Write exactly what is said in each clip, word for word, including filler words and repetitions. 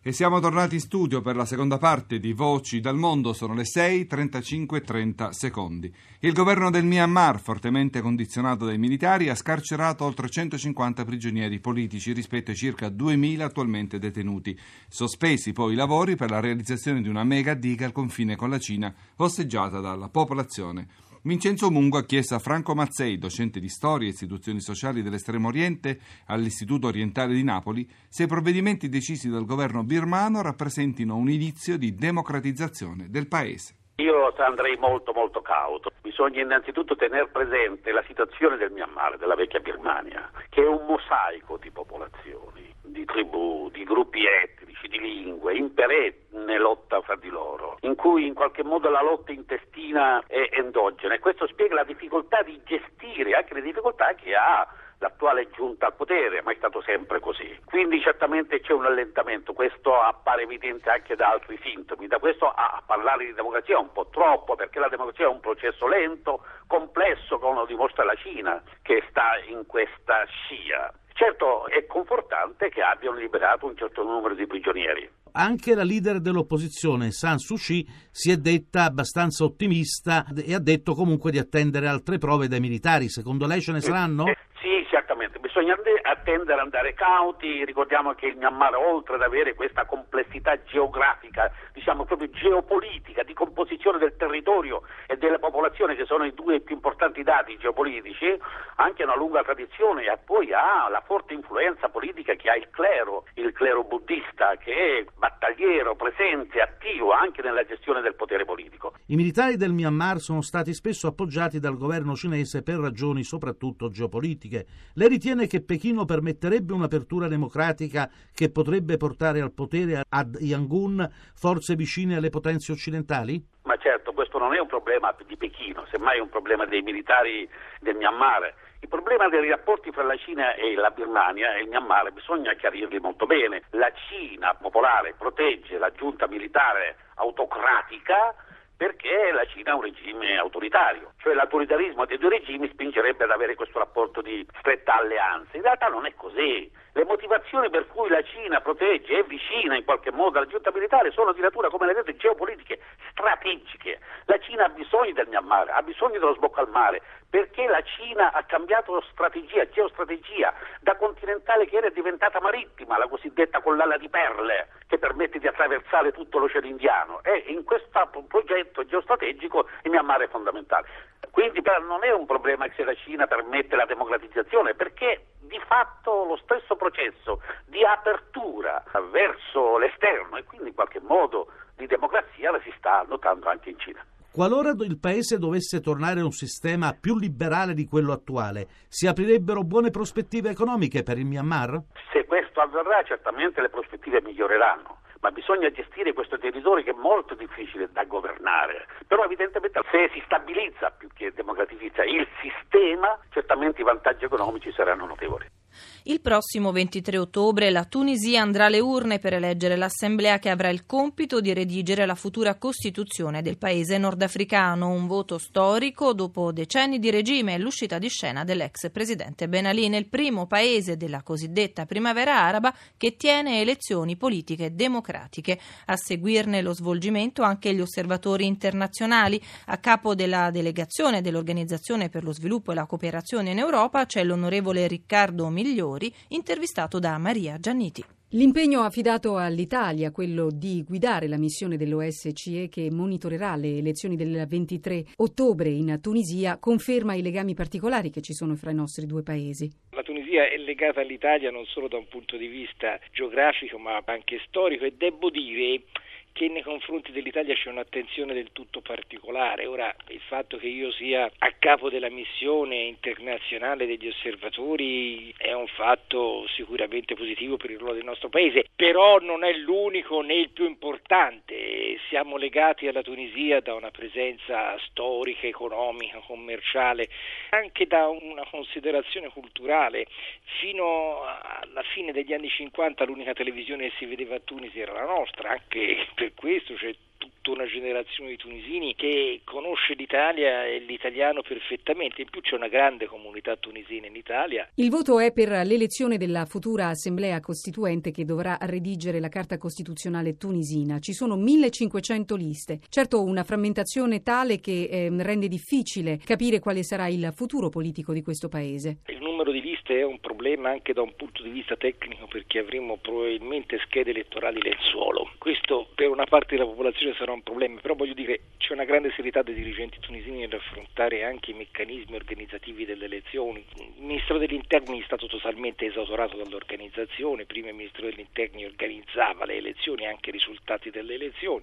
E siamo tornati in studio per la seconda parte di Voci dal Mondo. Sono le sei, trentacinque e trenta secondi. Il governo del Myanmar, fortemente condizionato dai militari, ha scarcerato oltre centocinquanta prigionieri politici rispetto ai circa duemila attualmente detenuti. Sospesi poi i lavori per la realizzazione di una mega diga al confine con la Cina, osteggiata dalla popolazione. Vincenzo Mungo ha chiesto a Franco Mazzei, docente di storia e istituzioni sociali dell'Estremo Oriente all'Istituto Orientale di Napoli, se i provvedimenti decisi dal governo birmano rappresentino un inizio di democratizzazione del paese. Io andrei molto molto cauto. Bisogna innanzitutto tenere presente la situazione del Myanmar, della vecchia Birmania, che è un mosaico di popolazioni, di tribù, di gruppi etnici, di lingue, in perenne lotta fra di loro, in cui in qualche modo la lotta intestina è endogena, e questo spiega la difficoltà di gestire, anche le difficoltà che ha l'attuale giunta al potere, ma è stato sempre così. Quindi certamente c'è un allentamento, questo appare evidente anche da altri sintomi. Da questo a parlare di democrazia è un po' troppo, perché la democrazia è un processo lento, complesso, come lo dimostra la Cina, che sta in questa scia. Certo, è confortante che abbiano liberato un certo numero di prigionieri. Anche la leader dell'opposizione, San Suu Kyi, si è detta abbastanza ottimista e ha detto comunque di attendere altre prove dai militari. Secondo lei ce ne saranno? Eh, sì, certamente. Bisogna attendere, andare cauti. Ricordiamo che il Myanmar, oltre ad avere questa complessità geografica, diciamo proprio geopolitica, di composizione del territorio e delle popolazioni, che sono i due più importanti dati geopolitici, ha anche una lunga tradizione, e poi ha la forte influenza politica che ha il clero, il clero buddista, che è battagliero, presente, attivo anche nella gestione del potere politico. I militari del Myanmar sono stati spesso appoggiati dal governo cinese per ragioni soprattutto geopolitiche. Lei ritiene che Pechino permetterebbe un'apertura democratica che potrebbe portare al potere ad Yangon forze vicine alle potenze occidentali? Ma certo, questo non è un problema di Pechino, semmai è un problema dei militari del Myanmar. Il problema dei rapporti fra la Cina e la Birmania e il Myanmar bisogna chiarirli molto bene. La Cina popolare protegge la giunta militare autocratica perché la Cina è un regime autoritario, cioè l'autoritarismo dei due regimi spingerebbe ad avere questo rapporto di stretta alleanza. In realtà non è così. Le motivazioni per cui la Cina protegge e è vicina in qualche modo alla giunta militare sono di natura, come le detto, geopolitiche, strategiche. La Cina ha bisogno del Myanmar, ha bisogno dello sbocco al mare, perché la Cina ha cambiato strategia, geostrategia, da continentale che era diventata marittima, la cosiddetta collana di perle, che permette di attraversare tutto l'Oceano Indiano, e in questo progetto geostrategico il Myanmar è fondamentale. Quindi però non è un problema se la Cina permette la democratizzazione, perché di fatto lo stesso processo di apertura verso l'esterno e quindi in qualche modo di democrazia la si sta notando anche in Cina. Qualora il paese dovesse tornare a un sistema più liberale di quello attuale, si aprirebbero buone prospettive economiche per il Myanmar? Se questo avverrà, certamente le prospettive miglioreranno, ma bisogna gestire questo territorio che è molto difficile da governare. Però evidentemente se si stabilizza più che democratizza il sistema, certamente i vantaggi economici saranno notevoli. Il prossimo ventitré ottobre la Tunisia andrà alle urne per eleggere l'assemblea che avrà il compito di redigere la futura costituzione del paese nordafricano, un voto storico dopo decenni di regime e l'uscita di scena dell'ex presidente Ben Ali, nel primo paese della cosiddetta primavera araba che tiene elezioni politiche democratiche. A seguirne lo svolgimento anche gli osservatori internazionali. A capo della delegazione dell'Organizzazione per lo Sviluppo e la Cooperazione in Europa c'è l'onorevole Riccardo Migliori, intervistato da Maria Gianniti. L'impegno affidato all'Italia, quello di guidare la missione dell'O S C E che monitorerà le elezioni del ventitré ottobre in Tunisia, conferma i legami particolari che ci sono fra i nostri due paesi. La Tunisia è legata all'Italia non solo da un punto di vista geografico ma anche storico, e devo dire che nei confronti dell'Italia c'è un'attenzione del tutto particolare. Ora, il fatto che io sia a capo della missione internazionale degli osservatori è un fatto sicuramente positivo per il ruolo del nostro paese, però non è l'unico né il più importante. Siamo legati alla Tunisia da una presenza storica, economica, commerciale, anche da una considerazione culturale. Fino alla fine degli anni cinquanta l'unica televisione che si vedeva a Tunisi era la nostra, anche per questo c'è tutto tutta una generazione di tunisini che conosce l'Italia e l'italiano perfettamente. In più c'è una grande comunità tunisina in Italia. Il voto è per l'elezione della futura Assemblea Costituente che dovrà redigere la Carta Costituzionale tunisina. Ci sono millecinquecento liste. Certo, una frammentazione tale che eh, rende difficile capire quale sarà il futuro politico di questo paese. Il numero di liste è un problema anche da un punto di vista tecnico, perché avremo probabilmente schede elettorali lenzuolo. Questo per una parte della popolazione sarà un problema, però voglio dire c'è una grande serietà dei dirigenti tunisini nell'affrontare anche i meccanismi organizzativi delle elezioni. Il Ministero degli Interni è stato totalmente esautorato dall'organizzazione. Prima il Ministero degli Interni organizzava le elezioni e anche i risultati delle elezioni.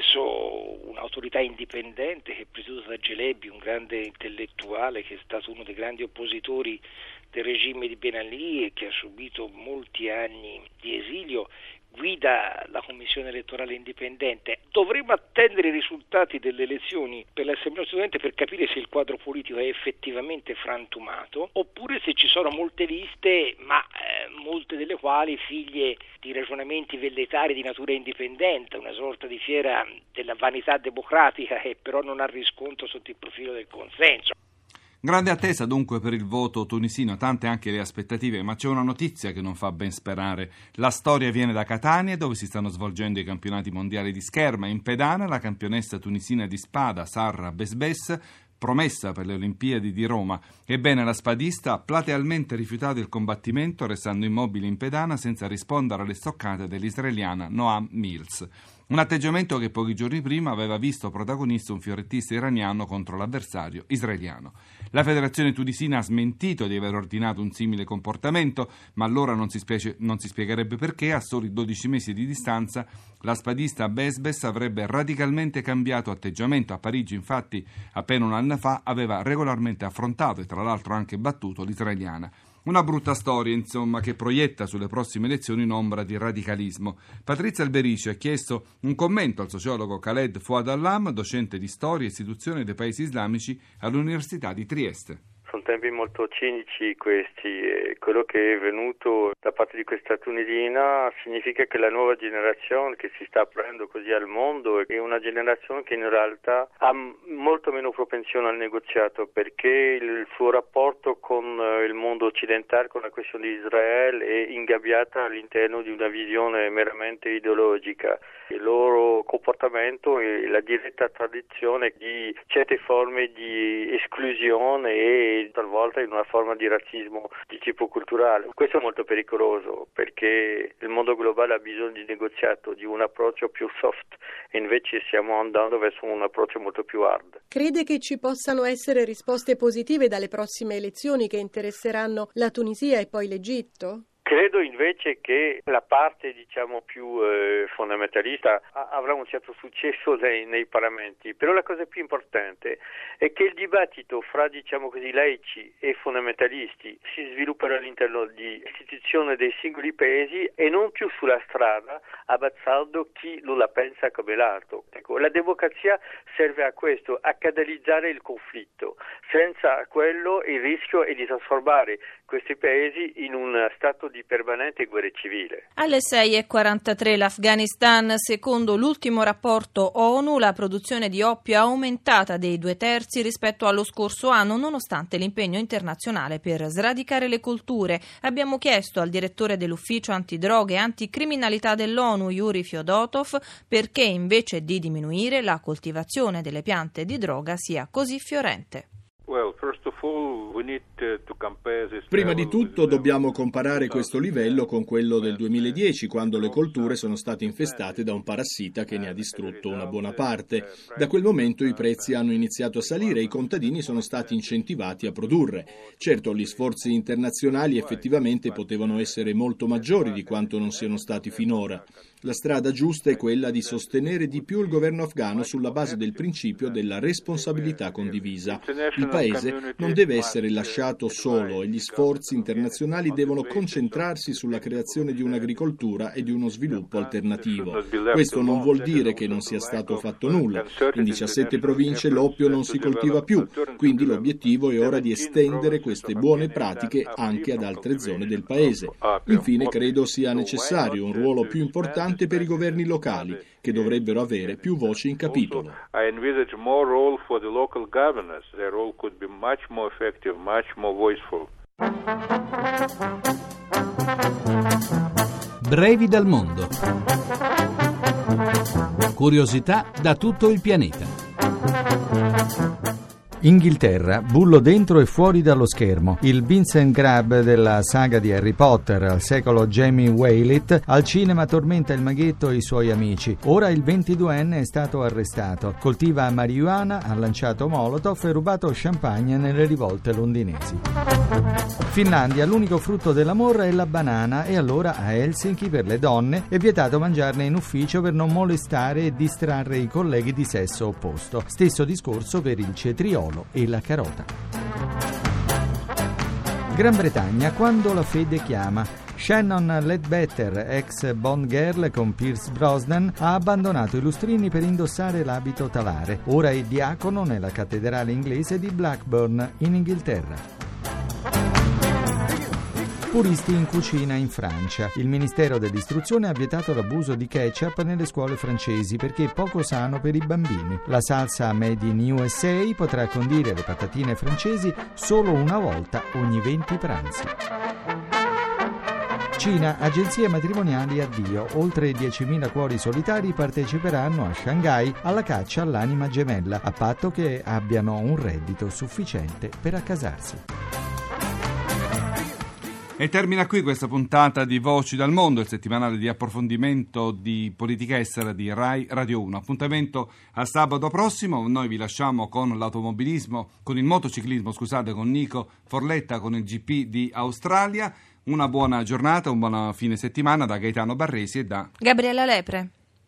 Adesso un'autorità indipendente che è presieduta da Gelebi, un grande intellettuale che è stato uno dei grandi oppositori del regime di Ben Ali e che ha subito molti anni di esilio, guida la commissione elettorale indipendente. Dovremo attendere i risultati delle elezioni per l'Assemblea Costituente per capire se il quadro politico è effettivamente frantumato oppure se ci sono molte liste, ma eh, molte delle quali figlie di ragionamenti velleitari di natura indipendente, una sorta di fiera della vanità democratica che però non ha riscontro sotto il profilo del consenso. Grande attesa dunque per il voto tunisino, tante anche le aspettative, ma c'è una notizia che non fa ben sperare. La storia viene da Catania, dove si stanno svolgendo i campionati mondiali di scherma. In pedana la campionessa tunisina di spada Sarra Besbes, promessa per le Olimpiadi di Roma. Ebbene, la spadista ha platealmente rifiutato il combattimento, restando immobile in pedana senza rispondere alle stoccate dell'israeliana Noam Mills. Un atteggiamento che pochi giorni prima aveva visto protagonista un fiorettista iraniano contro l'avversario israeliano. La federazione tunisina ha smentito di aver ordinato un simile comportamento, ma allora non si, spiece, non si spiegherebbe perché a soli dodici mesi di distanza la spadista Besbes avrebbe radicalmente cambiato atteggiamento. A Parigi, infatti, appena un anno fa aveva regolarmente affrontato e tra l'altro anche battuto l'israeliana. Una brutta storia, insomma, che proietta sulle prossime elezioni un'ombra di radicalismo. Patrizia Alberici ha chiesto un commento al sociologo Khaled Fouad Allam, docente di storia e istituzione dei paesi islamici all'Università di Trieste. Sono tempi molto cinici questi e quello che è venuto da parte di questa tunisina significa che la nuova generazione che si sta aprendo così al mondo è una generazione che in realtà ha molto meno propensione al negoziato, perché il suo rapporto con il mondo occidentale, con la questione di Israele, è ingabbiata all'interno di una visione meramente ideologica. Il loro comportamento è la diretta tradizione di certe forme di esclusione e talvolta in una forma di razzismo di tipo culturale. Questo è molto pericoloso perché il mondo globale ha bisogno di negoziato, di un approccio più soft, e invece stiamo andando verso un approccio molto più hard. Crede che ci possano essere risposte positive dalle prossime elezioni che interesseranno la Tunisia e poi l'Egitto? Credo invece che la parte diciamo più eh, fondamentalista a- avrà un certo successo nei, nei Parlamenti, però la cosa più importante è che il dibattito fra diciamo così laici e fondamentalisti si svilupperà all'interno di istituzioni dei singoli paesi e non più sulla strada abbassando chi non la pensa come l'altro. Ecco, la democrazia serve a questo, a catalizzare il conflitto. Senza quello il rischio è di trasformare questi paesi in un stato di permanente guerra civile. Alle sei e quarantatré l'Afghanistan, secondo l'ultimo rapporto ONU, la produzione di oppio è aumentata dei due terzi rispetto allo scorso anno, nonostante l'impegno internazionale per sradicare le colture. Abbiamo chiesto al direttore dell'ufficio antidroghe e anticriminalità dell'ONU, Yuri Fyodotov, perché invece di diminuire la coltivazione delle piante di droga sia così fiorente. Prima di tutto dobbiamo comparare questo livello con quello del duemiladieci, quando le colture sono state infestate da un parassita che ne ha distrutto una buona parte. Da quel momento i prezzi hanno iniziato a salire e i contadini sono stati incentivati a produrre. Certo, gli sforzi internazionali effettivamente potevano essere molto maggiori di quanto non siano stati finora. La strada giusta è quella di sostenere di più il governo afghano sulla base del principio della responsabilità condivisa. Il paese non deve essere lasciato solo e gli sforzi internazionali devono concentrarsi sulla creazione di un'agricoltura e di uno sviluppo alternativo. Questo non vuol dire che non sia stato fatto nulla. In diciassette province l'oppio non si coltiva più, quindi l'obiettivo è ora di estendere queste buone pratiche anche ad altre zone del paese. Infine, credo sia necessario un ruolo più importante per i governi locali, che dovrebbero avere più voci in capitolo. I envisage more role for the local governors. Their role could be much more effective, much more voiceful. Brevi dal mondo. Curiosità da tutto il pianeta. Inghilterra, bullo dentro e fuori dallo schermo. Il Vincent Crabbe della saga di Harry Potter, al secolo Jamie Waylitt, al cinema tormenta il maghetto e i suoi amici. Ora il ventiduenne è stato arrestato. Coltiva marijuana, ha lanciato molotov e rubato champagne nelle rivolte londinesi. Finlandia, l'unico frutto dell'amor è la banana e allora a Helsinki per le donne è vietato mangiarne in ufficio per non molestare e distrarre i colleghi di sesso opposto. Stesso discorso per il cetriolo e la carota. Gran Bretagna, quando la fede chiama. Shannon Ledbetter, ex Bond Girl con Pierce Brosnan, ha abbandonato i lustrini per indossare l'abito talare. Ora è diacono nella cattedrale inglese di Blackburn, in Inghilterra. Puristi in cucina in Francia. Il Ministero dell'Istruzione ha vietato l'abuso di ketchup nelle scuole francesi perché è poco sano per i bambini. La salsa made in U S A potrà condire le patatine francesi solo una volta ogni venti pranzi. Cina, agenzie matrimoniali addio. Oltre diecimila cuori solitari parteciperanno a Shanghai alla caccia all'anima gemella, a patto che abbiano un reddito sufficiente per accasarsi. E termina qui questa puntata di Voci dal Mondo, il settimanale di approfondimento di politica estera di Rai Radio uno. Appuntamento a sabato prossimo. Noi vi lasciamo con l'automobilismo, con il motociclismo, scusate, con Nico Forletta, con il G P di Australia. Una buona giornata, un buon fine settimana da Gaetano Barresi e da Gabriella Lepre.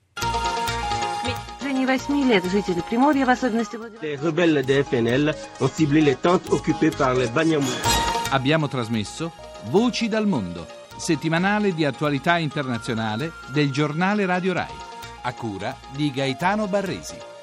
Les rebelles de F N L ont ciblé les tentes occupées par les Banyamous. Abbiamo trasmesso Voci dal Mondo, settimanale di attualità internazionale del giornale Radio Rai, a cura di Gaetano Barresi.